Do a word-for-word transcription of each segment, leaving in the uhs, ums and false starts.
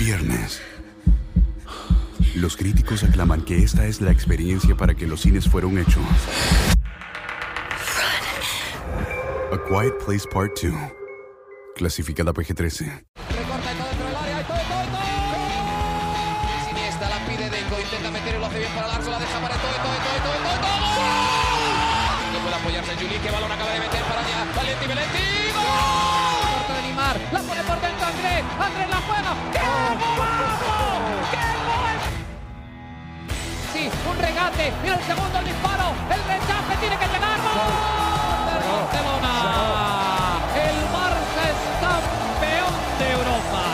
viernes. Los críticos aclaman que esta es la experiencia para que los cines fueron hechos. A Quiet Place Part dos. Clasificada P G trece. Recorta y todo dentro del área. ¡Y todo, todo, todo! Siniestra la pide Deco. Intenta meter y lo hace bien para Larso. La deja para todo, todo, todo, todo, todo, todo. No puede apoyarse Juli. Que balón acaba de meter para allá. Valenti, Valenti. ¡Gol! Corta de Neymar. La pone por dentro Andrés. Andrés la juega. ¡Qué golazo! ¡Qué gol! Sí, un regate. Mira el segundo el disparo. El rechace tiene que llegar. ¡Gol! Del Barcelona. El Barça es campeón de Europa.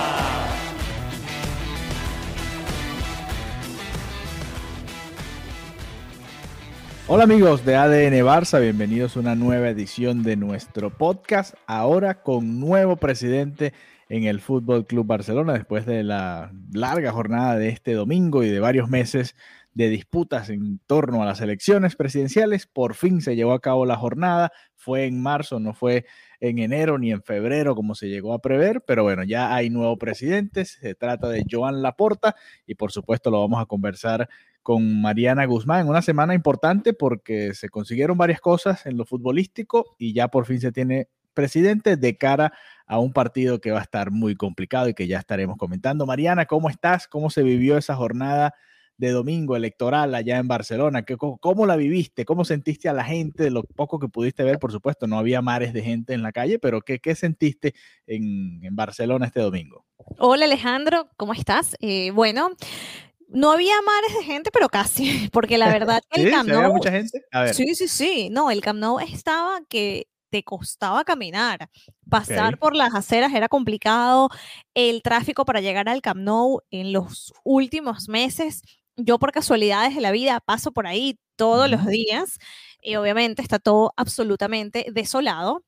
Hola amigos de A D N Barça, bienvenidos a una nueva edición de nuestro podcast, ahora con nuevo presidente en el Fútbol Club Barcelona, después de la larga jornada de este domingo y de varios meses de disputas en torno a las elecciones presidenciales. Por fin se llevó a cabo la jornada, fue en marzo, no fue en enero ni en febrero como se llegó a prever, pero bueno, ya hay nuevo presidente, se trata de Joan Laporta y por supuesto lo vamos a conversar con Mariana Guzmán en una semana importante porque se consiguieron varias cosas en lo futbolístico y ya por fin se tiene presidente de cara a un partido que va a estar muy complicado y que ya estaremos comentando. Mariana, ¿cómo estás? ¿Cómo se vivió esa jornada de domingo electoral allá en Barcelona? ¿Cómo la viviste? ¿Cómo sentiste a la gente? De lo poco que pudiste ver, por supuesto, no había mares de gente en la calle, pero ¿qué, qué sentiste en, en Barcelona este domingo? Hola Alejandro, ¿cómo estás? Eh, bueno, no había mares de gente, pero casi, porque la verdad que el ¿Sí? Camp ¿Se había Nou, mucha gente? A ver. sí, sí, sí, no, el Camp Nou estaba que te costaba caminar, pasar Ok. por las aceras era complicado, el tráfico para llegar al Camp Nou en los últimos meses, yo por casualidades de la vida paso por ahí todos Ujú. los días y obviamente está todo absolutamente desolado.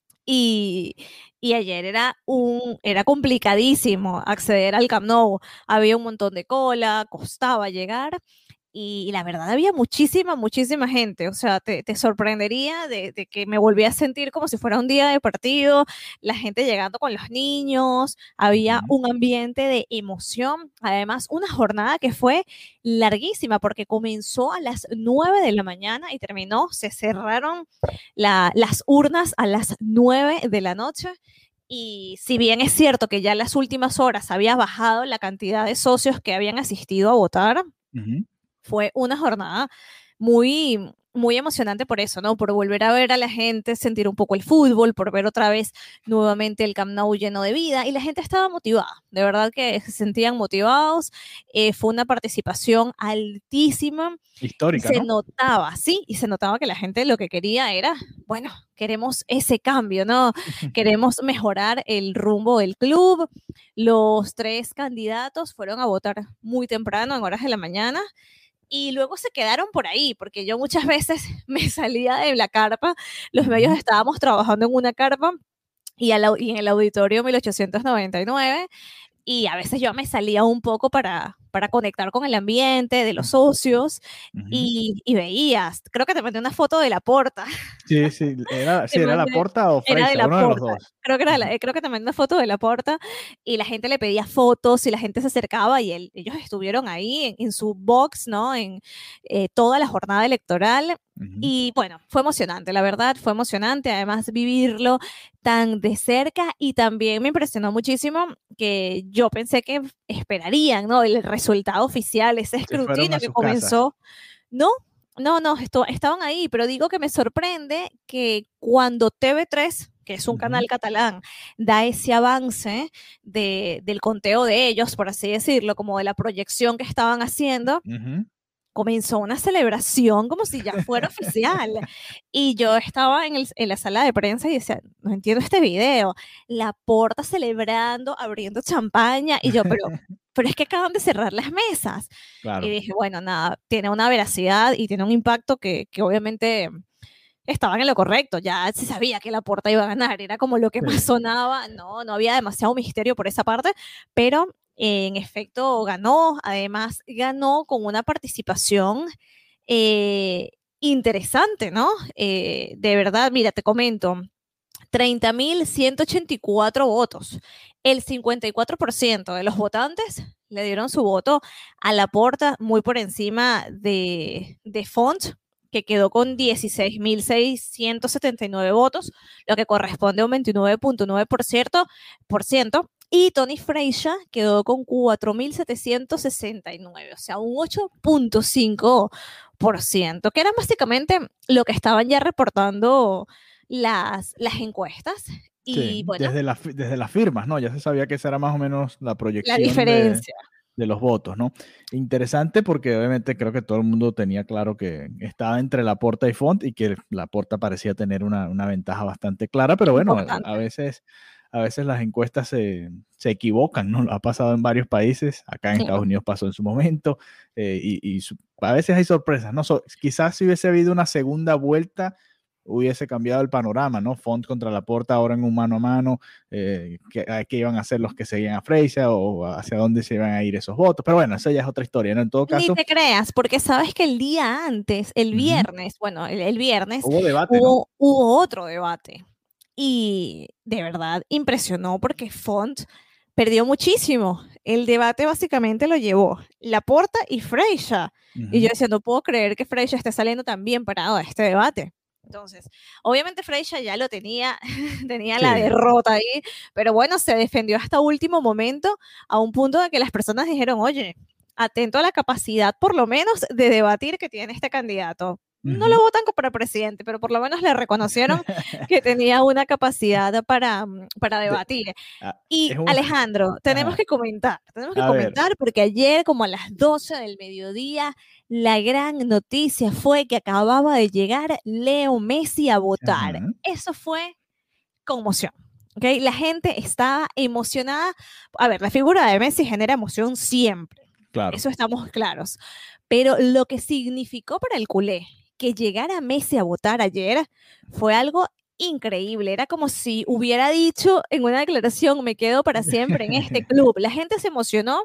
Y, y ayer era, un, era complicadísimo acceder al Camp Nou. Había un montón de cola, costaba llegar y, y la verdad había muchísima, muchísima gente. O sea, te, te sorprendería de, de que me volví a sentir como si fuera un día de partido, la gente llegando con los niños, había Ujú. un ambiente de emoción. Además, una jornada que fue larguísima porque comenzó a las nueve de la mañana y terminó, se cerraron la, las urnas a las nueve de la noche. Y si bien es cierto que ya en las últimas horas había bajado la cantidad de socios que habían asistido a votar, Ujú. fue una jornada muy, muy emocionante por eso, ¿no? Por volver a ver a la gente, sentir un poco el fútbol, por ver otra vez nuevamente el Camp Nou lleno de vida y la gente estaba motivada, de verdad que se sentían motivados, eh, fue una participación altísima. Histórica, Se ¿no? notaba, sí, y se notaba que la gente lo que quería era, bueno, queremos ese cambio, ¿no? Queremos mejorar el rumbo del club. Los tres candidatos fueron a votar muy temprano, en horas de la mañana, y luego se quedaron por ahí, porque yo muchas veces me salía de la carpa, los medios Ujú. estábamos trabajando en una carpa y, al, y en el auditorio mil ochocientos noventa y nueve, y a veces yo me salía un poco para, para conectar con el ambiente de los socios Ujú. y, y veías, creo que te mandé una foto de Laporta, Sí, sí, era, te sí, era mandé, Laporta o era de Freixa, uno de los Laporta, dos. creo que, era, Ujú. la- creo que te mandé una foto de Laporta y la gente le pedía fotos y la gente se acercaba y él- ellos estuvieron ahí en, en su box, ¿no? En eh, toda la jornada electoral. Ujú. Y bueno, fue emocionante, la verdad, fue emocionante, además vivirlo tan de cerca y también me impresionó muchísimo que yo pensé que esperarían, ¿no? El resultado oficial, ese Se fueron escrutinio a que sus casas. comenzó. No, no, no, esto, estaban ahí, pero digo que me sorprende que cuando T V tres, que es un Ujú. canal catalán, da ese avance de, del conteo de ellos, por así decirlo, como de la proyección que estaban haciendo, Ujú. comenzó una celebración como si ya fuera oficial. Y yo estaba en, el- en la sala de prensa y decía, no entiendo este video. La Porta celebrando, abriendo champaña. Y yo, pero, pero es que acaban de cerrar las mesas. Y Claro. dije, bueno, nada, tiene una veracidad y tiene un impacto que, que obviamente estaban en lo correcto. Ya se sabía que la Porta iba a ganar. Era como lo que más Sí. sonaba. No, no había demasiado misterio por esa parte, pero en efecto ganó, además ganó con una participación eh, interesante, ¿no? Eh, de verdad, mira, te comento, treinta mil ciento ochenta y cuatro votos. El cincuenta y cuatro por ciento de los votantes le dieron su voto a Laporta, muy por encima de, de Font, que quedó con dieciséis mil seiscientos setenta y nueve votos, lo que corresponde a un veintinueve punto nueve por ciento, por ciento, y Tony Freixa quedó con cuatro mil setecientos sesenta y nueve, o sea, un ocho punto cinco por ciento, que era básicamente lo que estaban ya reportando las, las encuestas. Y sí, bueno, desde, la, desde las firmas, ¿no? Ya se sabía que esa era más o menos la proyección la diferencia. De, de los votos, ¿no? Interesante porque obviamente creo que todo el mundo tenía claro que estaba entre Laporta y Font y que Laporta parecía tener una, una ventaja bastante clara, pero bueno, a, a veces... A veces las encuestas se, se equivocan, ¿no? Ha pasado en varios países, acá en sí. Estados Unidos pasó en su momento, eh, y, y su, a veces hay sorpresas, ¿no? So, quizás si hubiese habido una segunda vuelta, hubiese cambiado el panorama, ¿no? Font contra Laporta ahora en un mano a mano, eh, ¿qué, qué iban a hacer los que seguían a Freixa o hacia dónde se iban a ir esos votos? Pero bueno, esa ya es otra historia, ¿no? En todo caso... Ni te creas, porque sabes que el día antes, el viernes, uh-huh. bueno, el, el viernes... Hubo debate, hubo, ¿no? Hubo otro debate. Y de verdad impresionó porque Font perdió muchísimo. El debate básicamente lo llevó Laporta y Freixa. Uh-huh. Y yo decía, no puedo creer que Freixa esté saliendo tan bien parado a este debate. Entonces, obviamente Freixa ya lo tenía, tenía sí. la derrota ahí, pero bueno, se defendió hasta último momento, a un punto de que las personas dijeron, oye, atento a la capacidad por lo menos de debatir que tiene este candidato. No lo votan para presidente, pero por lo menos le reconocieron que tenía una capacidad para, para debatir. Y un... Alejandro, tenemos Ajá. que comentar, tenemos que a comentar ver. Porque ayer como a las doce del mediodía la gran noticia fue que acababa de llegar Leo Messi a votar. Ajá. Eso fue conmoción. ¿Okay? La gente estaba emocionada. A ver, la figura de Messi genera emoción siempre. Claro. Eso estamos claros. Pero lo que significó para el culé que llegara Messi a votar ayer fue algo increíble. Era como si hubiera dicho en una declaración, me quedo para siempre en este club. La gente se emocionó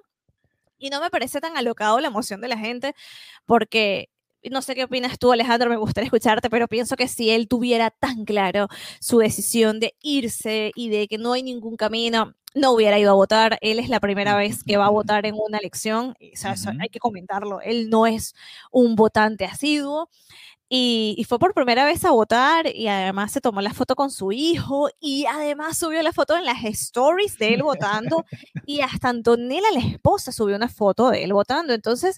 y no me parece tan alocado la emoción de la gente porque... No sé qué opinas tú, Alejandro, me gustaría escucharte, pero pienso que si él tuviera tan claro su decisión de irse y de que no hay ningún camino, no hubiera ido a votar. Él es la primera vez que va a votar en una elección, o sea, eso hay que comentarlo. Él no es un votante asiduo y, y fue por primera vez a votar y además se tomó la foto con su hijo y además subió la foto en las stories de él votando y hasta Antonella, la esposa, subió una foto de él votando. Entonces,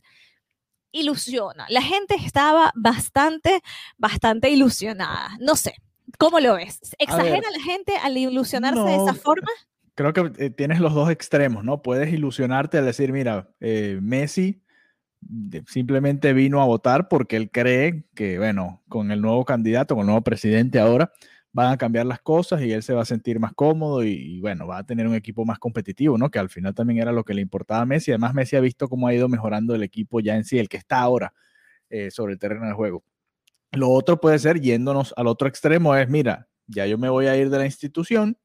ilusiona. La gente estaba bastante, bastante ilusionada. No sé, ¿cómo lo ves? ¿Exagera la gente al ilusionarse no, de esa forma? Creo que eh, tienes los dos extremos, ¿no? Puedes ilusionarte al decir, mira, eh, Messi simplemente vino a votar porque él cree que, bueno, con el nuevo candidato, con el nuevo presidente ahora, van a cambiar las cosas y él se va a sentir más cómodo y, y bueno, va a tener un equipo más competitivo, ¿no? Que al final también era lo que le importaba a Messi. Además, Messi ha visto cómo ha ido mejorando el equipo ya en sí, el que está ahora eh, sobre el terreno de juego. Lo otro puede ser, yéndonos al otro extremo, es, mira, ya yo me voy a ir de la institución,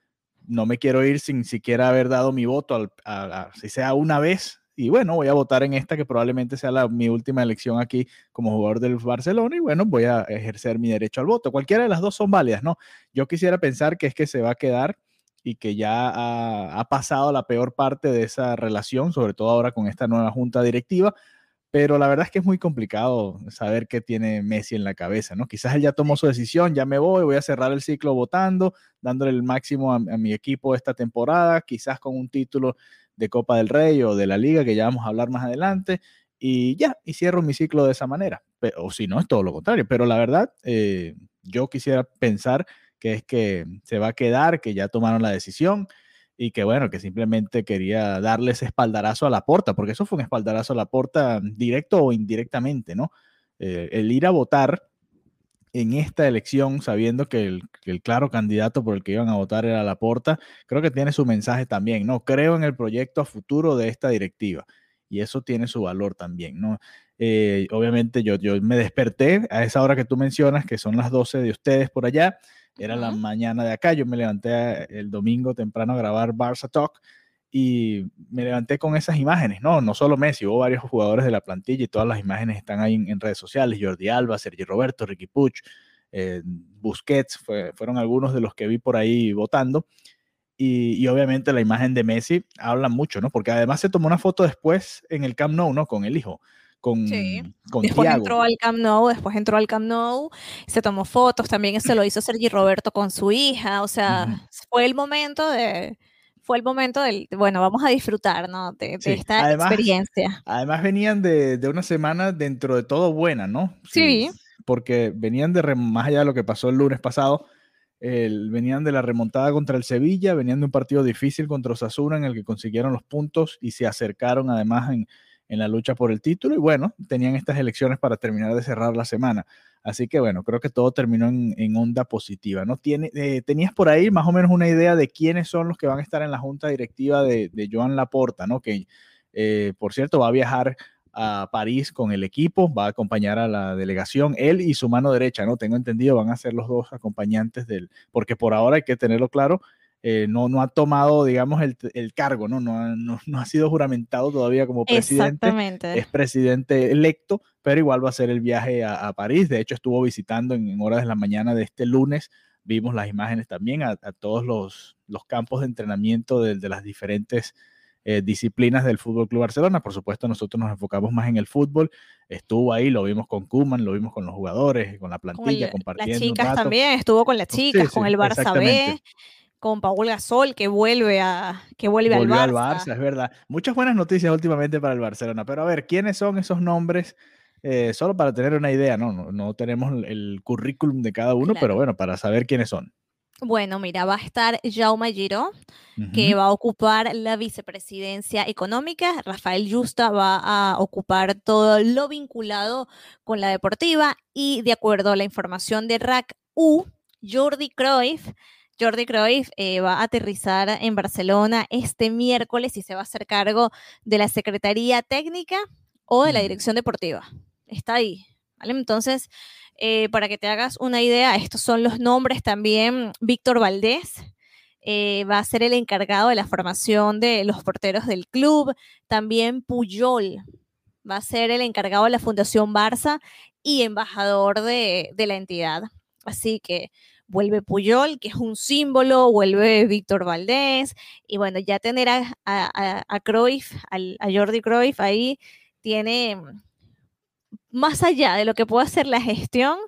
no me quiero ir sin siquiera haber dado mi voto, al, a, a, si sea una vez, y bueno, voy a votar en esta que probablemente sea la, mi última elección aquí como jugador del Barcelona y bueno, voy a ejercer mi derecho al voto. Cualquiera de las dos son válidas, ¿no? Yo quisiera pensar que es que se va a quedar y que ya ha, ha pasado la peor parte de esa relación, sobre todo ahora con esta nueva junta directiva, pero la verdad es que es muy complicado saber qué tiene Messi en la cabeza, ¿no? Quizás él ya tomó su decisión, ya me voy, voy a cerrar el ciclo votando, dándole el máximo a, a mi equipo esta temporada, quizás con un título de Copa del Rey o de la Liga, que ya vamos a hablar más adelante, y ya, y cierro mi ciclo de esa manera. Pero, o si no, es todo lo contrario. Pero la verdad, eh, yo quisiera pensar que es que se va a quedar, que ya tomaron la decisión, y que bueno, que simplemente quería darle ese espaldarazo a Laporta, porque eso fue un espaldarazo a Laporta directo o indirectamente, ¿no? Eh, el ir a votar en esta elección, sabiendo que el, que el claro candidato por el que iban a votar era Laporta, creo que tiene su mensaje también, ¿no? Creo en el proyecto a futuro de esta directiva y eso tiene su valor también, ¿no? Eh, obviamente yo, yo me desperté a esa hora que tú mencionas, que son las doce de ustedes por allá, era uh-huh. la mañana de acá, yo me levanté el domingo temprano a grabar Barça Talk y me levanté con esas imágenes, no, no solo Messi, hubo varios jugadores de la plantilla y todas las imágenes están ahí en, en redes sociales, Jordi Alba, Sergi Roberto, Riqui Puig, eh, Busquets, fue, fueron algunos de los que vi por ahí votando. Y, y obviamente la imagen de Messi habla mucho, ¿no? Porque además se tomó una foto después en el Camp Nou, ¿no? Con el hijo. Con, Sí. con Después Thiago. entró al Camp Nou, después entró al Camp Nou, se tomó fotos, también se lo hizo Sergi Roberto con su hija, o sea, Ujú. fue el momento de, fue el momento del, bueno, vamos a disfrutar, ¿no? De, de Sí, esta además, experiencia. además venían de, de una semana dentro de todo buena, ¿no? Sí, Sí, porque venían de, rem- más allá de lo que pasó el lunes pasado, el- venían de la remontada contra el Sevilla, venían de un partido difícil contra Osasuna en el que consiguieron los puntos y se acercaron además en, en la lucha por el título y bueno, tenían estas elecciones para terminar de cerrar la semana. Así que bueno, creo que todo terminó en, en onda positiva, ¿no? Tiene, eh, ¿tenías por ahí más o menos una idea de quiénes son los que van a estar en la junta directiva de, de Joan Laporta, ¿no? Que, eh, por cierto, va a viajar a París con el equipo, va a acompañar a la delegación, él y su mano derecha, ¿no? Tengo entendido, van a ser los dos acompañantes del, porque por ahora hay que tenerlo claro, eh, no, no ha tomado, digamos, el, el cargo, ¿no? No ha, no, no ha sido juramentado todavía como presidente, exactamente. es presidente electo, pero igual va a hacer el viaje a, a París, de hecho estuvo visitando en, en horas de la mañana de este lunes, vimos las imágenes también a, a todos los, los campos de entrenamiento de, de las diferentes Eh, disciplinas del Fútbol Club Barcelona. Por supuesto, nosotros nos enfocamos más en el fútbol. Estuvo ahí, lo vimos con Koeman, lo vimos con los jugadores, con la Con plantilla, el- las compartiendo un chicas rato. también, estuvo con las Sí, chicas, sí, con el Barça exactamente. B, con Paul Gasol, que vuelve a, que vuelve al Volvió al Barça. Barça, es verdad. Muchas buenas noticias últimamente para el Barcelona. Pero a ver, ¿quiénes son esos nombres? Eh, solo para tener una idea, ¿no? No, no tenemos el, el currículum de cada uno, pero Claro. bueno, para saber quiénes son. Bueno, mira, va a estar Jaume Giró, que Ujú. va a ocupar la vicepresidencia económica. Rafael Yusta va a ocupar todo lo vinculado con la deportiva. Y de acuerdo a la información de R A C U, Jordi Cruyff, Jordi Cruyff eh, va a aterrizar en Barcelona este miércoles y se va a hacer cargo de la Secretaría Técnica o de la Mm. Dirección Deportiva. Está ahí, ¿vale? Entonces, eh, para que te hagas una idea, estos son los nombres también. Víctor Valdés eh, va a ser el encargado de la formación de los porteros del club. También Puyol va a ser el encargado de la Fundación Barça y embajador de, de la entidad. Así que vuelve Puyol, que es un símbolo, vuelve Víctor Valdés, y bueno, ya tener a, a, a Cruyff, a, a Jordi Cruyff ahí, tiene, más allá de lo que pueda hacer la gestión,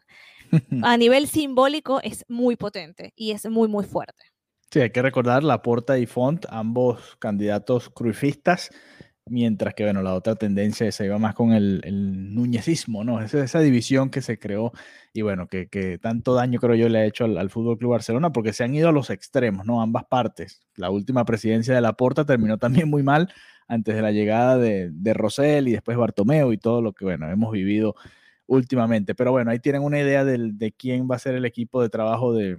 a nivel simbólico es muy potente y es muy, muy fuerte. Sí, hay que recordar Laporta y Font, ambos candidatos cruifistas, mientras que, bueno, la otra tendencia se iba más con el, el nuñezismo, ¿no? Esa, esa división que se creó y, bueno, que, que tanto daño creo yo le ha hecho al, al Fútbol Club Barcelona, porque se han ido a los extremos, ¿no? Ambas partes. La última presidencia de Laporta terminó también muy mal antes de la llegada de, de Rosell y después Bartomeu y todo lo que, bueno, hemos vivido últimamente. Pero bueno, ahí tienen una idea de, de quién va a ser el equipo de trabajo de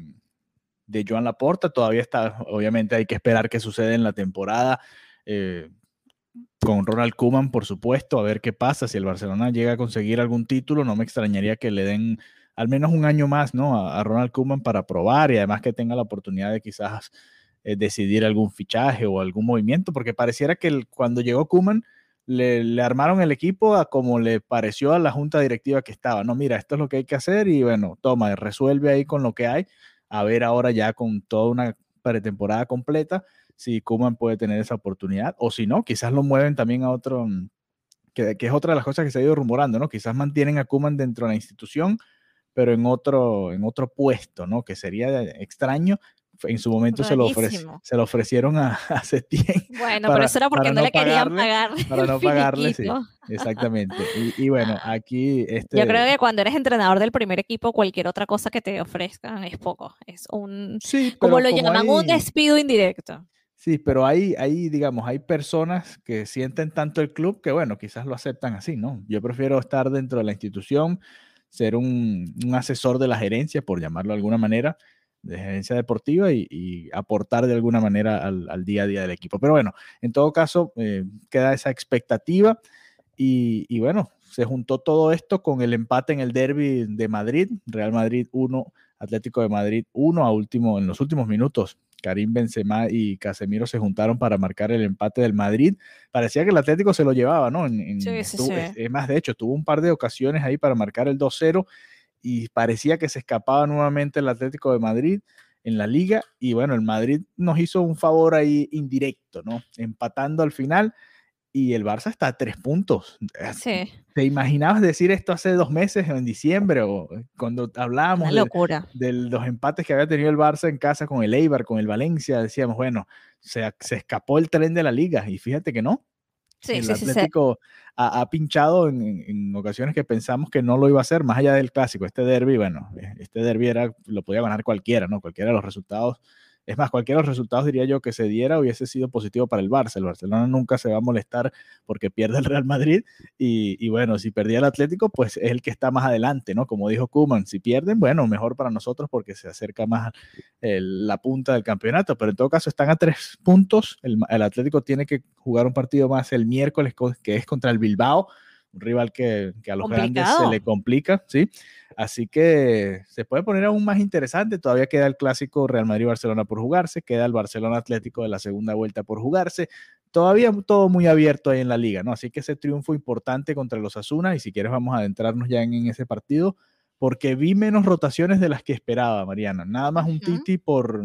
de Joan Laporta. Todavía está, obviamente hay que esperar qué sucede en la temporada eh, con Ronald Koeman, por supuesto, a ver qué pasa. Si el Barcelona llega a conseguir algún título, no me extrañaría que le den al menos un año más, ¿no? a, a Ronald Koeman para probar y además que tenga la oportunidad de quizás eh, decidir algún fichaje o algún movimiento, porque pareciera que el, cuando llegó Koeman le, le armaron el equipo a como le pareció a la junta directiva que estaba. No, mira, esto es lo que hay que hacer y bueno, toma, resuelve ahí con lo que hay. A ver ahora ya con toda una pretemporada completa si Koeman puede tener esa oportunidad o si no, quizás lo mueven también a otro, que, que es otra de las cosas que se ha ido rumorando, ¿no? Quizás mantienen a Koeman dentro de la institución, pero en otro, en otro puesto, ¿no? Que sería extraño. En su momento se lo, ofreci se lo ofrecieron a, a Setién. Bueno, para, pero eso era porque no, no le querían pagar. Para no pagarle, sí, exactamente. Y, y bueno, aquí este... Yo creo que cuando eres entrenador del primer equipo, cualquier otra cosa que te ofrezcan es poco. Es un, sí, pero como lo como llaman, hay... un despido indirecto. Sí, pero hay, hay, digamos, hay personas que sienten tanto el club que, bueno, quizás lo aceptan así, ¿no? Yo prefiero estar dentro de la institución, ser un, un asesor de la gerencia, por llamarlo de alguna manera, de gerencia deportiva y, y aportar de alguna manera al, al día a día del equipo. Pero bueno, en todo caso, eh, queda esa expectativa y, y bueno, se juntó todo esto con el empate en el derbi de Madrid, Real Madrid uno, Atlético de Madrid uno, a último, en los últimos minutos. Karim Benzema y Casemiro se juntaron para marcar el empate del Madrid. Parecía que el Atlético se lo llevaba, ¿no? En, en, sí, sí, estuvo, sí. Es, es más, de hecho, tuvo un par de ocasiones ahí para marcar el dos cero y parecía que se escapaba nuevamente el Atlético de Madrid en la liga, y bueno, el Madrid nos hizo un favor ahí indirecto, ¿no? Empatando al final, y el Barça está a tres puntos. Sí. ¿Te imaginabas decir esto hace dos meses, en diciembre, o cuando hablábamos Una locura. de, de los empates que había tenido el Barça en casa con el Eibar, con el Valencia? Decíamos, bueno, se, se escapó el tren de la liga, y fíjate que no. Sí, el sí, sí, sí. Atlético ha, ha pinchado en, en- en ocasiones que pensamos que no lo iba a hacer, más allá del clásico. Este derbi, bueno, eh, este derbi era, lo podía ganar cualquiera, ¿no? Cualquiera de los resultados. Es más, cualquiera de los resultados, diría yo, que se diera hubiese sido positivo para el Barça. El Barcelona nunca se va a molestar porque pierde el Real Madrid, y, y bueno, si perdía el Atlético, pues es el que está más adelante, ¿no? Como dijo Koeman, si pierden, bueno, mejor para nosotros porque se acerca más el- la punta del campeonato, pero en todo caso están a tres puntos. El, el Atlético tiene que jugar un partido más el miércoles, co- que es contra el Bilbao, un rival que, que a los grandes se Complicado. le complica, ¿sí? Así que se puede poner aún más interesante. Todavía queda el clásico Real Madrid-Barcelona por jugarse, queda el Barcelona-Atlético de la segunda vuelta por jugarse. Todavía todo muy abierto ahí en la liga, ¿no? Así que ese triunfo importante contra los Asuna, y si quieres vamos a adentrarnos ya en, en ese partido, porque vi menos rotaciones de las que esperaba, Mariana. Nada más un Ujú. Titi por,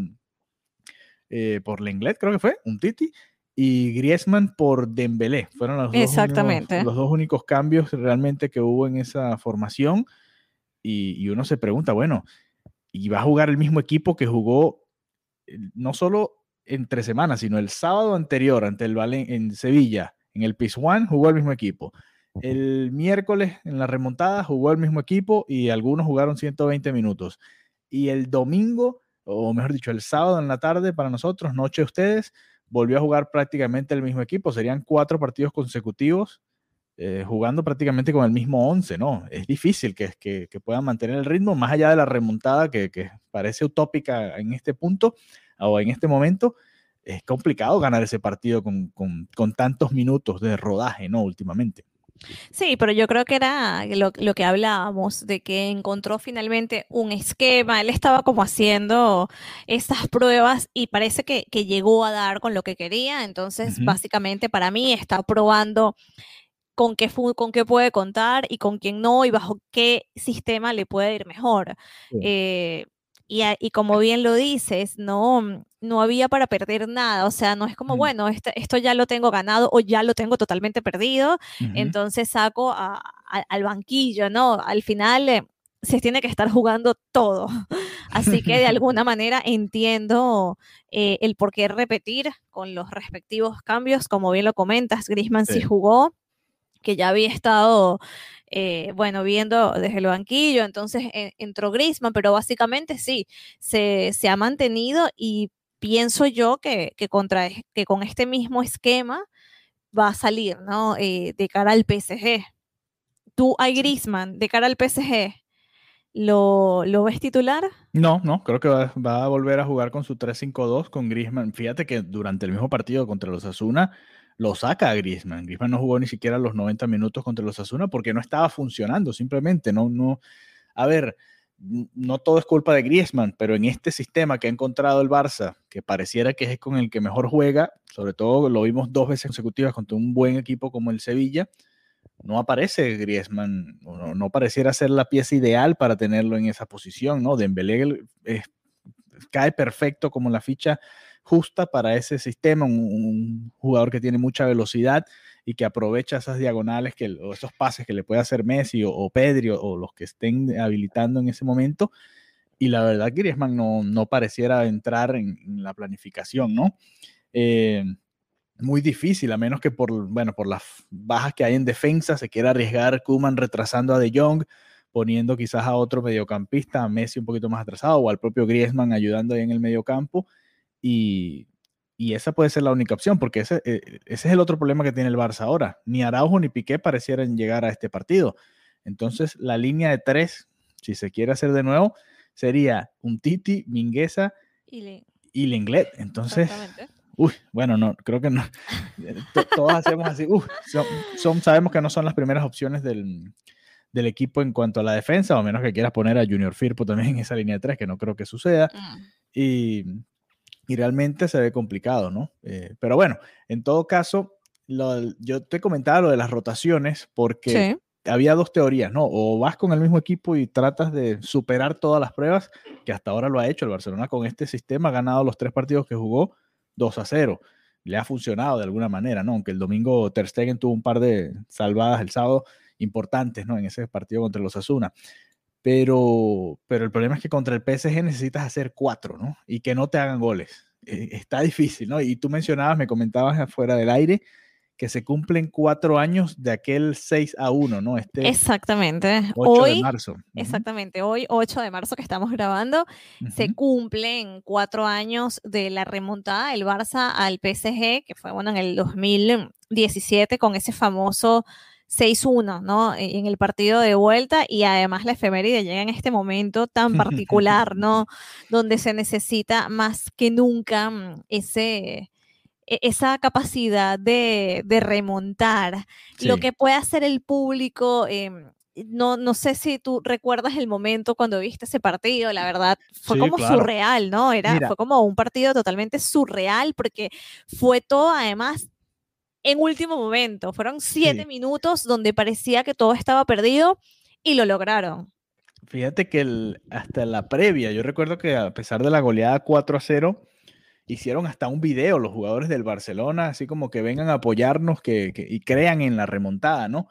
eh, por Lenglet, creo que fue, un Titi, y Griezmann por Dembélé. Fueron los dos, únicos, Exactamente. los dos únicos cambios realmente que hubo en esa formación, y, y uno se pregunta, bueno, y va a jugar el mismo equipo que jugó eh, no solo entre semanas, sino el sábado anterior ante el Valen en Sevilla, en el Pizjuán, jugó el mismo equipo. El miércoles en la remontada jugó el mismo equipo y algunos jugaron ciento veinte minutos. Y el domingo, o mejor dicho, el sábado en la tarde para nosotros, noche de ustedes, volvió a jugar prácticamente el mismo equipo. Serían cuatro partidos consecutivos eh, jugando prácticamente con el mismo once, ¿no? Es difícil que, que, que puedan mantener el ritmo, más allá de la remontada que, que parece utópica en este punto o en este momento. Es complicado ganar ese partido con, con, con tantos minutos de rodaje, ¿no? Últimamente. Sí, pero yo creo que era lo, lo que hablábamos, de que encontró finalmente un esquema. Él estaba como haciendo estas pruebas y parece que, que llegó a dar con lo que quería. Entonces, Ujú. básicamente para mí está probando con qué, fu- con qué puede contar y con quién no, y bajo qué sistema le puede ir mejor. Sí. Eh, y, a- y como bien lo dices, no, no había para perder nada. O sea, no es como, Mm. bueno, este- esto ya lo tengo ganado o ya lo tengo totalmente perdido, Ujú. entonces saco a- a- al banquillo, ¿no? Al final eh, se tiene que estar jugando todo. Así que de alguna manera entiendo eh, el por qué repetir con los respectivos cambios. Como bien lo comentas, Griezmann sí Sí. jugó, que ya había estado, eh, bueno, viendo desde el banquillo, entonces eh, entró Griezmann, pero básicamente sí, se, se ha mantenido, y pienso yo que, que, contra, que con este mismo esquema va a salir, ¿no? Eh, de cara al P S G. Tú, a Griezmann, de cara al P S G, ¿lo, lo ves titular? No, no, creo que va, va a volver a jugar con su tres cinco dos con Griezmann. Fíjate que durante el mismo partido contra los Asuna lo saca a Griezmann. Griezmann no jugó ni siquiera los noventa minutos contra los Asuna porque no estaba funcionando, simplemente. No, no. A ver, n- no todo es culpa de Griezmann, pero en este sistema que ha encontrado el Barça, que pareciera que es con el que mejor juega, sobre todo lo vimos dos veces consecutivas contra un buen equipo como el Sevilla, no aparece Griezmann, no, no pareciera ser la pieza ideal para tenerlo en esa posición, ¿no? Dembélé eh, cae perfecto como la ficha justa para ese sistema, un, un jugador que tiene mucha velocidad y que aprovecha esas diagonales, que, o esos pases que le puede hacer Messi o, o Pedri o, o los que estén habilitando en ese momento. Y la verdad, Griezmann no, no pareciera entrar en, en la planificación, ¿no? Eh, muy difícil, a menos que por, bueno, por las bajas que hay en defensa se quiera arriesgar Koeman retrasando a De Jong, poniendo quizás a otro mediocampista, a Messi un poquito más atrasado, o al propio Griezmann ayudando ahí en el mediocampo, y, y esa puede ser la única opción, porque ese, eh, ese es el otro problema que tiene el Barça ahora. Ni Araujo ni Piqué parecieran llegar a este partido. Entonces, la línea de tres, si se quiere hacer de nuevo, sería un Titi, Mingueza Y le- y Lenglet. Entonces, Exactamente. uy, bueno, no, creo que no. To- Todos hacemos así, uy, son, son- sabemos que no son las primeras opciones del, del equipo en cuanto a la defensa, o a menos que quieras poner a Junior Firpo también en esa línea de tres, que no creo que suceda. Mm. Y, y realmente se ve complicado, ¿no? Eh, pero bueno, en todo caso, lo- yo te comentaba lo de las rotaciones porque Sí. había dos teorías, ¿no? O vas con el mismo equipo y tratas de superar todas las pruebas, que hasta ahora lo ha hecho el Barcelona con este sistema, ha ganado los tres partidos que jugó dos a cero. Le ha funcionado de alguna manera, ¿no? Aunque el domingo Ter Stegen tuvo un par de salvadas el sábado importantes, ¿no? En ese partido contra los Osasuna. Pero, pero el problema es que contra el P S G necesitas hacer cuatro, ¿no? Y que no te hagan goles. Eh, está difícil, ¿no? Y tú mencionabas, me comentabas afuera del aire, que se cumplen cuatro años de aquel seis a uno, ¿no? Este Exactamente. ocho Hoy, de marzo. Uh-huh. Exactamente, hoy, ocho de marzo que estamos grabando, uh-huh. se cumplen cuatro años de la remontada del Barça al P S G, que fue, bueno, en el dos mil diecisiete, con ese famoso seis uno, ¿no? En el partido de vuelta, y además la efeméride llega en este momento tan particular, ¿no? Donde se necesita más que nunca ese... esa capacidad de, de remontar, sí. Lo que puede hacer el público, eh, no, no sé si tú recuerdas el momento cuando viste ese partido, la verdad fue sí, como claro. surreal, ¿no? Era, fue como un partido totalmente surreal, porque fue todo además en último momento, fueron siete sí. minutos donde parecía que todo estaba perdido y lo lograron. Fíjate que el, hasta la previa, yo recuerdo que a pesar de la goleada cuatro a cero, hicieron hasta un video los jugadores del Barcelona, así como que vengan a apoyarnos que, que, y crean en la remontada, ¿no?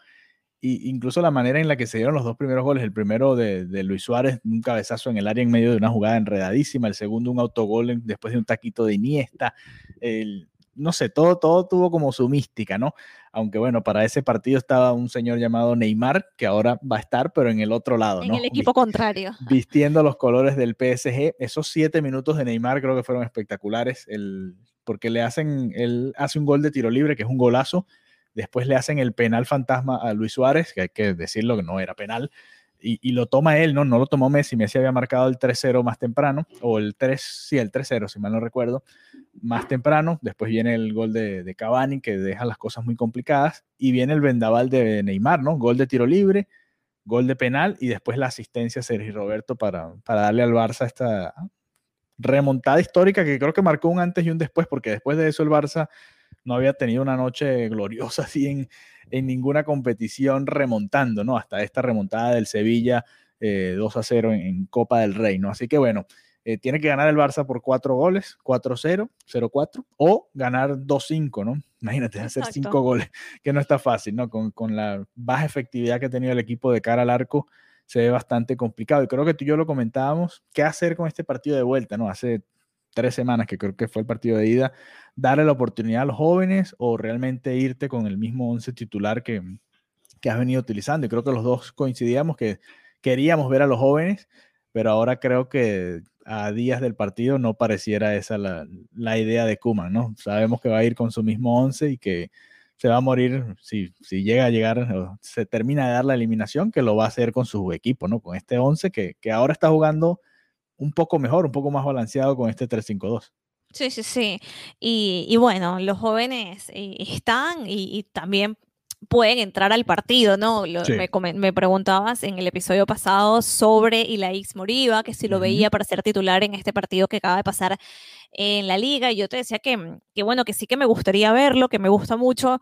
Y incluso la manera en la que se dieron los dos primeros goles, el primero de, de Luis Suárez, un cabezazo en el área en medio de una jugada enredadísima, el segundo un autogol después de un taquito de Iniesta, el, no sé, todo, todo tuvo como su mística, ¿no? Aunque bueno, para ese partido estaba un señor llamado Neymar, que ahora va a estar, pero en el otro lado, en ¿no? En el equipo Vist- contrario. Vistiendo los colores del P S G. Esos siete minutos de Neymar creo que fueron espectaculares, el, porque le hacen, él hace un gol de tiro libre, que es un golazo, después le hacen el penal fantasma a Luis Suárez, que hay que decirlo que no era penal, y, y lo toma él, ¿no? No lo tomó Messi. Messi había marcado el tres cero más temprano, o el tres, sí, el tres cero, si mal no recuerdo, más temprano. Después viene el gol de, de Cavani, que deja las cosas muy complicadas, y viene el vendaval de Neymar, ¿no? Gol de tiro libre, gol de penal, y después la asistencia a Sergi Roberto para, para darle al Barça esta remontada histórica que creo que marcó un antes y un después, porque después de eso el Barça no había tenido una noche gloriosa así en, en ninguna competición remontando, ¿no? Hasta esta remontada del Sevilla eh, dos a cero en, en Copa del Rey, ¿no? Así que bueno, eh, tiene que ganar el Barça por cuatro goles, cuatro cero, cero cuatro, o ganar dos cinco, ¿no? Imagínate, hacer Exacto. cinco goles, que no está fácil, ¿no? Con, con la baja efectividad que ha tenido el equipo de cara al arco, se ve bastante complicado. Y creo que tú y yo lo comentábamos, ¿qué hacer con este partido de vuelta, ¿no? Hace tres semanas, que creo que fue el partido de ida, darle la oportunidad a los jóvenes o realmente irte con el mismo once titular que, que has venido utilizando. Y creo que los dos coincidíamos que queríamos ver a los jóvenes, pero ahora creo que a días del partido no pareciera esa la, la idea de Koeman, ¿no? Sabemos que va a ir con su mismo once y que se va a morir si, si llega a llegar, se termina de dar la eliminación, que lo va a hacer con su equipo, ¿no? Con este once que, que ahora está jugando un poco mejor, un poco más balanceado con este tres cinco dos. Sí, sí, sí. Y, y bueno, los jóvenes eh, están y, y también pueden entrar al partido, ¿no? Lo, sí. me, me preguntabas en el episodio pasado sobre Ilaix Moriba, que si lo uh-huh. veía para ser titular en este partido que acaba de pasar en la liga, y yo te decía que, que bueno, que sí que me gustaría verlo, que me gusta mucho,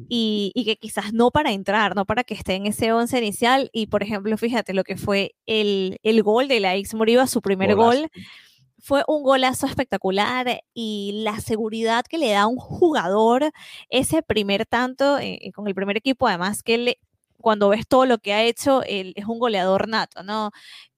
y, y que quizás no para entrar, no para que esté en ese once inicial. Y por ejemplo, fíjate lo que fue el, el gol de Ilaix Moriba, su primer Golazo. gol, fue un golazo espectacular, y la seguridad que le da a un jugador ese primer tanto eh, con el primer equipo, además que le, cuando ves todo lo que ha hecho, él es un goleador nato, ¿no?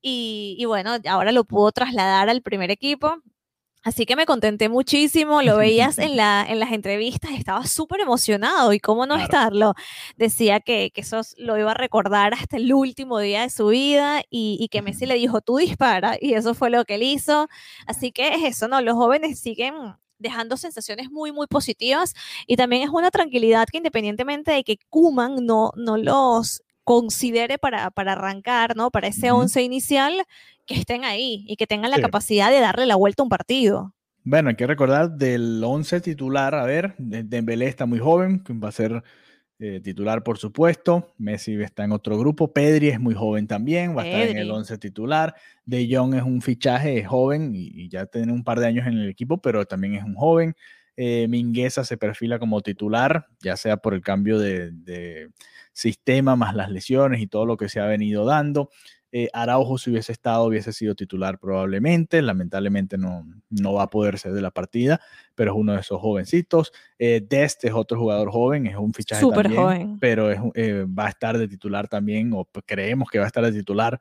Y, y bueno, ahora lo pudo trasladar al primer equipo. Así que me contenté muchísimo, lo veías en, la, en las entrevistas, estaba súper emocionado, y cómo no claro. estarlo. Decía que, que eso lo iba a recordar hasta el último día de su vida, y, y que Messi le dijo, tú dispara, y eso fue lo que él hizo. Así que es eso, ¿no? Los jóvenes siguen dejando sensaciones muy, muy positivas, y también es una tranquilidad que independientemente de que Koeman no, no los considere para, para arrancar, ¿no? Para ese once uh-huh. inicial, que estén ahí y que tengan la sí. capacidad de darle la vuelta a un partido. Bueno, hay que recordar del once titular, a ver, Dembélé está muy joven, va a ser eh, titular por supuesto, Messi está en otro grupo, Pedri es muy joven también, va Pedri. a estar en el once titular, De Jong es un fichaje, es joven y, y ya tiene un par de años en el equipo, pero también es un joven, Eh, Mingueza se perfila como titular, ya sea por el cambio de, de sistema, más las lesiones y todo lo que se ha venido dando. Eh, Araujo, si hubiese estado, hubiese sido titular probablemente. Lamentablemente no, no va a poder ser de la partida, pero es uno de esos jovencitos. Eh, Dest es otro jugador joven, es un fichaje Súper también, joven. pero es, eh, va a estar de titular también, o creemos que va a estar de titular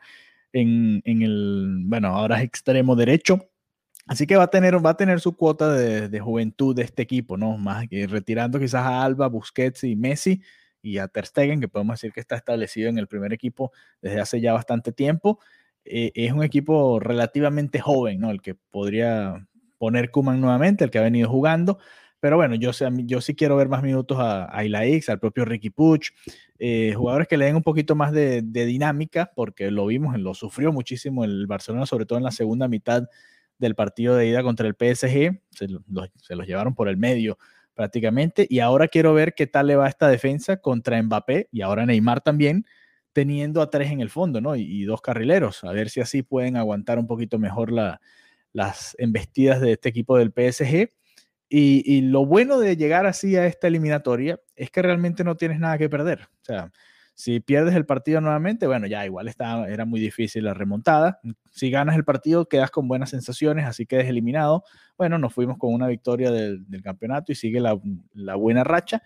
en, en el, bueno, ahora es extremo derecho. Así que va a tener, va a tener su cuota de, de juventud de este equipo, ¿no? Más que retirando quizás a Alba, Busquets y Messi y a Ter Stegen, que podemos decir que está establecido en el primer equipo desde hace ya bastante tiempo. Eh, es un equipo relativamente joven, ¿no? El que podría poner Koeman nuevamente, el que ha venido jugando. Pero bueno, yo, sé, yo sí quiero ver más minutos a, a Ilaix, al propio Riqui Puig, eh, jugadores que le den un poquito más de, de dinámica, porque lo vimos, lo sufrió muchísimo el Barcelona, sobre todo en la segunda mitad del partido de ida contra el P S G, se, lo, se los llevaron por el medio prácticamente, y ahora quiero ver qué tal le va esta defensa contra Mbappé, y ahora Neymar también, teniendo a tres en el fondo, ¿no? Y, y dos carrileros, a ver si así pueden aguantar un poquito mejor la, las embestidas de este equipo del P S G, y, y lo bueno de llegar así a esta eliminatoria es que realmente no tienes nada que perder, o sea, si pierdes el partido nuevamente, bueno, ya igual está, era muy difícil la remontada. Si ganas el partido, quedas con buenas sensaciones, así quedes eliminado. Bueno, nos fuimos con una victoria del, del campeonato y sigue la, la buena racha.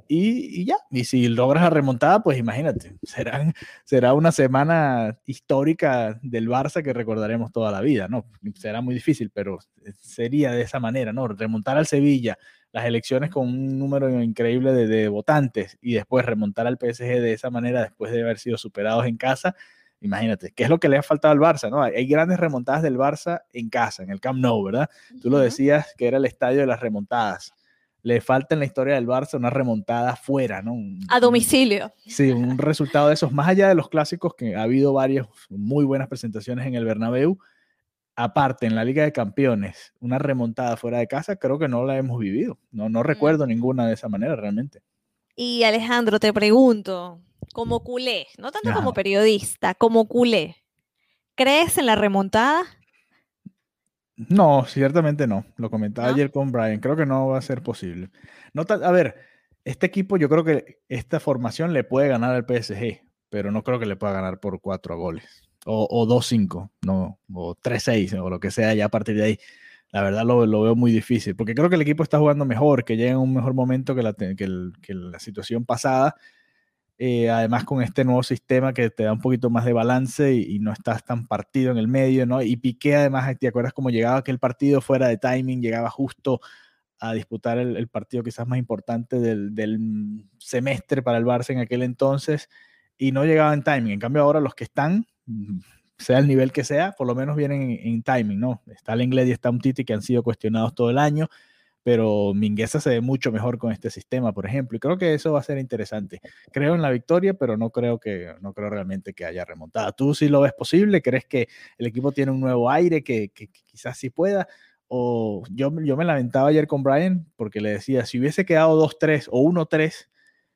Y, y ya, y si logras la remontada, pues imagínate, serán, será una semana histórica del Barça que recordaremos toda la vida, ¿no? Será muy difícil, pero sería de esa manera, ¿no? Remontar al Sevilla, las elecciones con un número increíble de, de votantes y después remontar al P S G de esa manera después de haber sido superados en casa, imagínate, ¿qué es lo que le ha faltado al Barça? ¿No? Hay, hay grandes remontadas del Barça en casa, en el Camp Nou, ¿verdad? Uh-huh. Tú lo decías que era el estadio de las remontadas. Le falta en la historia del Barça una remontada fuera, ¿no? Un, a domicilio. Un, sí, un resultado de esos, más allá de los clásicos, que ha habido varias muy buenas presentaciones en el Bernabéu. Aparte, en la Liga de Campeones, una remontada fuera de casa, creo que no la hemos vivido. No, no recuerdo mm. ninguna de esa manera realmente. Y Alejandro, te pregunto, como culé, no tanto Ajá. como periodista, como culé, ¿crees en la remontada? No, ciertamente no. Lo comentaba ¿No? ayer con Brian. Creo que no va a ser posible. No ta- a ver, este equipo, yo creo que esta formación le puede ganar al P S G, pero no creo que le pueda ganar por cuatro goles. O, o dos cinco, no, o tres seis, o lo que sea, ya a partir de ahí. La verdad lo, lo veo muy difícil, porque creo que el equipo está jugando mejor, que llega en un mejor momento que la, que el, que la situación pasada. Eh, además con este nuevo sistema que te da un poquito más de balance y, y no estás tan partido en el medio, ¿no? Y Piqué además, ¿te acuerdas cómo llegaba aquel partido fuera de timing? Llegaba justo a disputar el, el partido quizás más importante del, del semestre para el Barça en aquel entonces y no llegaba en timing. En cambio ahora los que están, sea el nivel que sea, por lo menos vienen en, en timing, ¿no? Está Lenglet y está Umtiti que han sido cuestionados todo el año, pero Mingueza se ve mucho mejor con este sistema, por ejemplo, y creo que eso va a ser interesante. Creo en la victoria, pero no creo que no creo realmente que haya remontada. ¿Tú sí lo ves posible? ¿Crees que el equipo tiene un nuevo aire que, que, que quizás sí pueda? O yo, yo me lamentaba ayer con Brian porque le decía, si hubiese quedado dos tres o uno tres,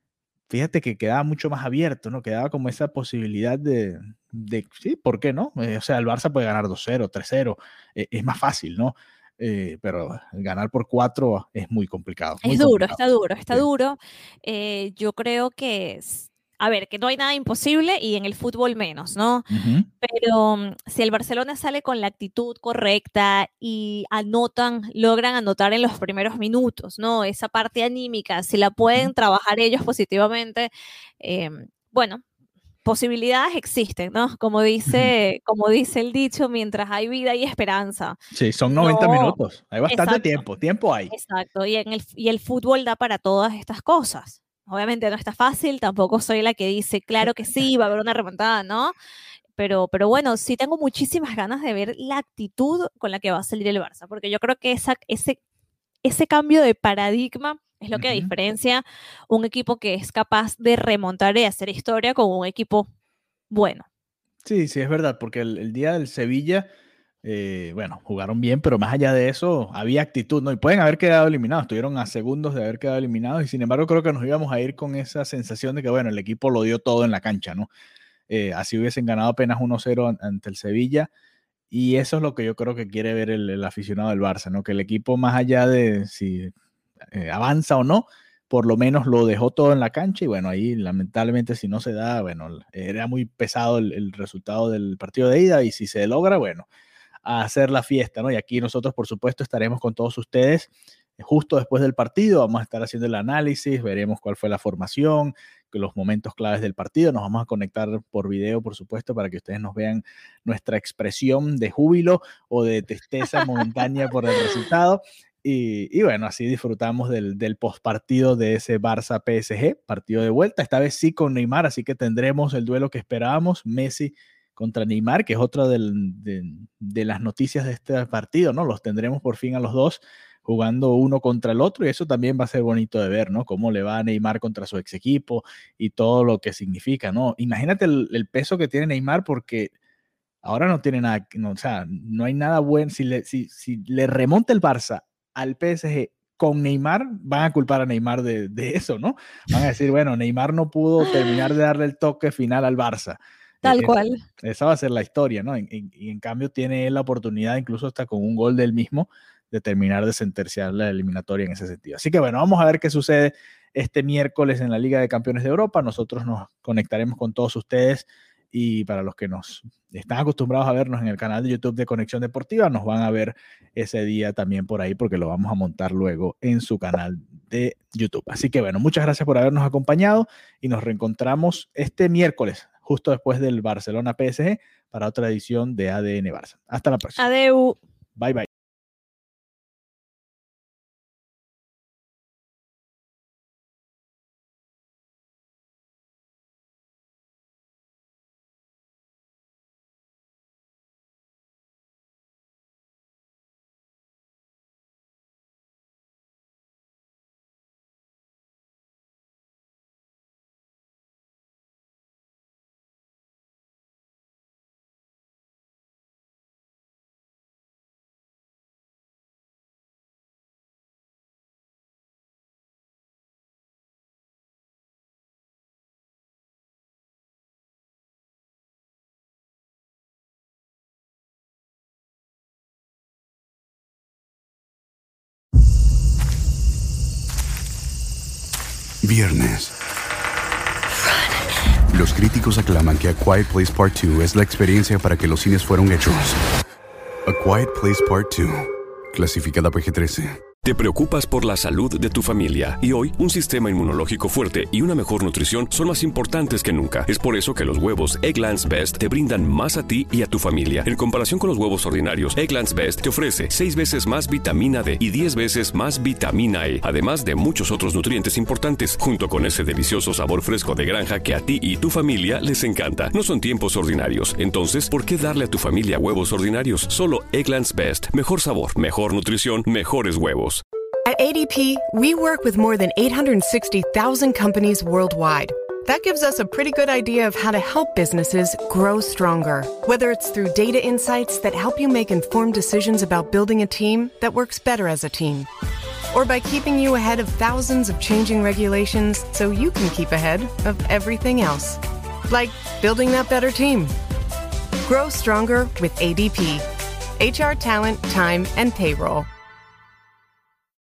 fíjate que quedaba mucho más abierto, ¿no? Quedaba como esa posibilidad de, de sí, ¿por qué no? Eh, o sea, el Barça puede ganar dos cero, tres cero, eh, es más fácil, ¿no? Eh, pero ganar por cuatro es muy complicado. Muy es duro, complicado. está duro, está sí. duro. Eh, yo creo que, a ver, que no hay nada imposible y en el fútbol menos, ¿no? Uh-huh. Pero um, si el Barcelona sale con la actitud correcta y anotan, logran anotar en los primeros minutos, ¿no? Esa parte anímica, si la pueden uh-huh. trabajar ellos positivamente, eh, bueno, posibilidades existen, ¿no? Como dice, uh-huh. como dice el dicho, mientras hay vida hay esperanza. Sí, son noventa no, minutos, hay bastante exacto, tiempo, tiempo hay. Exacto, y, en el, y el fútbol da para todas estas cosas. Obviamente no está fácil, tampoco soy la que dice, claro que sí, va a haber una remontada, ¿no? Pero, pero bueno, sí tengo muchísimas ganas de ver la actitud con la que va a salir el Barça, porque yo creo que esa, ese, ese cambio de paradigma es lo que uh-huh. diferencia un equipo que es capaz de remontar y hacer historia con un equipo bueno. Sí, sí, es verdad, porque el, el día del Sevilla, eh, bueno, jugaron bien, pero más allá de eso, había actitud, ¿no? Y pueden haber quedado eliminados, estuvieron a segundos de haber quedado eliminados, y sin embargo creo que nos íbamos a ir con esa sensación de que, bueno, el equipo lo dio todo en la cancha, ¿no? Eh, así hubiesen ganado apenas uno cero ante el Sevilla, y eso es lo que yo creo que quiere ver el, el aficionado del Barça, ¿no? Que el equipo, más allá de si eh, avanza o no, por lo menos lo dejó todo en la cancha y bueno, ahí lamentablemente si no se da, bueno, era muy pesado el, el resultado del partido de ida y si se logra, bueno, a hacer la fiesta, ¿no? Y aquí nosotros, por supuesto, estaremos con todos ustedes justo después del partido, vamos a estar haciendo el análisis, veremos cuál fue la formación, los momentos claves del partido, nos vamos a conectar por video, por supuesto, para que ustedes nos vean nuestra expresión de júbilo o de tristeza momentánea por el resultado. Y, y bueno, así disfrutamos del, del postpartido de ese Barça P S G, partido de vuelta, esta vez sí con Neymar, así que tendremos el duelo que esperábamos, Messi contra Neymar, que es otra del, de, de las noticias de este partido, ¿no? Los tendremos por fin a los dos jugando uno contra el otro y eso también va a ser bonito de ver, ¿no? Cómo le va a Neymar contra su ex equipo y todo lo que significa, ¿no? Imagínate el, el peso que tiene Neymar porque ahora no tiene nada, no, o sea, no hay nada bueno. Si le, si, si le remonta el Barça al P S G con Neymar, van a culpar a Neymar de, de eso, ¿no? Van a decir, bueno, Neymar no pudo terminar de darle el toque final al Barça. Tal eh, cual. Esa va a ser la historia, ¿no? Y en, en, en cambio tiene él la oportunidad, incluso hasta con un gol del mismo, de terminar de sentenciar la eliminatoria en ese sentido. Así que bueno, vamos a ver qué sucede este miércoles en la Liga de Campeones de Europa. Nosotros nos conectaremos con todos ustedes y para los que nos están acostumbrados a vernos en el canal de YouTube de Conexión Deportiva, nos van a ver ese día también por ahí porque lo vamos a montar luego en su canal de YouTube. Así que bueno, muchas gracias por habernos acompañado y nos reencontramos este miércoles, justo después del Barcelona P S G, para otra edición de A D N Barça. Hasta la próxima. Adeu. Bye, bye. Viernes. Los críticos aclaman que A Quiet Place Part dos es la experiencia para que los cines fueron hechos. A Quiet Place Part dos, clasificada P G trece. Te preocupas por la salud de tu familia y hoy un sistema inmunológico fuerte y una mejor nutrición son más importantes que nunca. Es por eso que los huevos Eggland's Best te brindan más a ti y a tu familia. En comparación con los huevos ordinarios, Eggland's Best te ofrece seis veces más vitamina D y diez veces más vitamina E, además de muchos otros nutrientes importantes, junto con ese delicioso sabor fresco de granja que a ti y tu familia les encanta. No son tiempos ordinarios, entonces, ¿por qué darle a tu familia huevos ordinarios? Solo Eggland's Best. Mejor sabor, mejor nutrición, mejores huevos. At A D P, we work with more than eight hundred sixty thousand companies worldwide. That gives us a pretty good idea of how to help businesses grow stronger. Whether it's through data insights that help you make informed decisions about building a team that works better as a team, or by keeping you ahead of thousands of changing regulations so you can keep ahead of everything else. Like building that better team. Grow stronger with A D P. H R, talent, time, and payroll.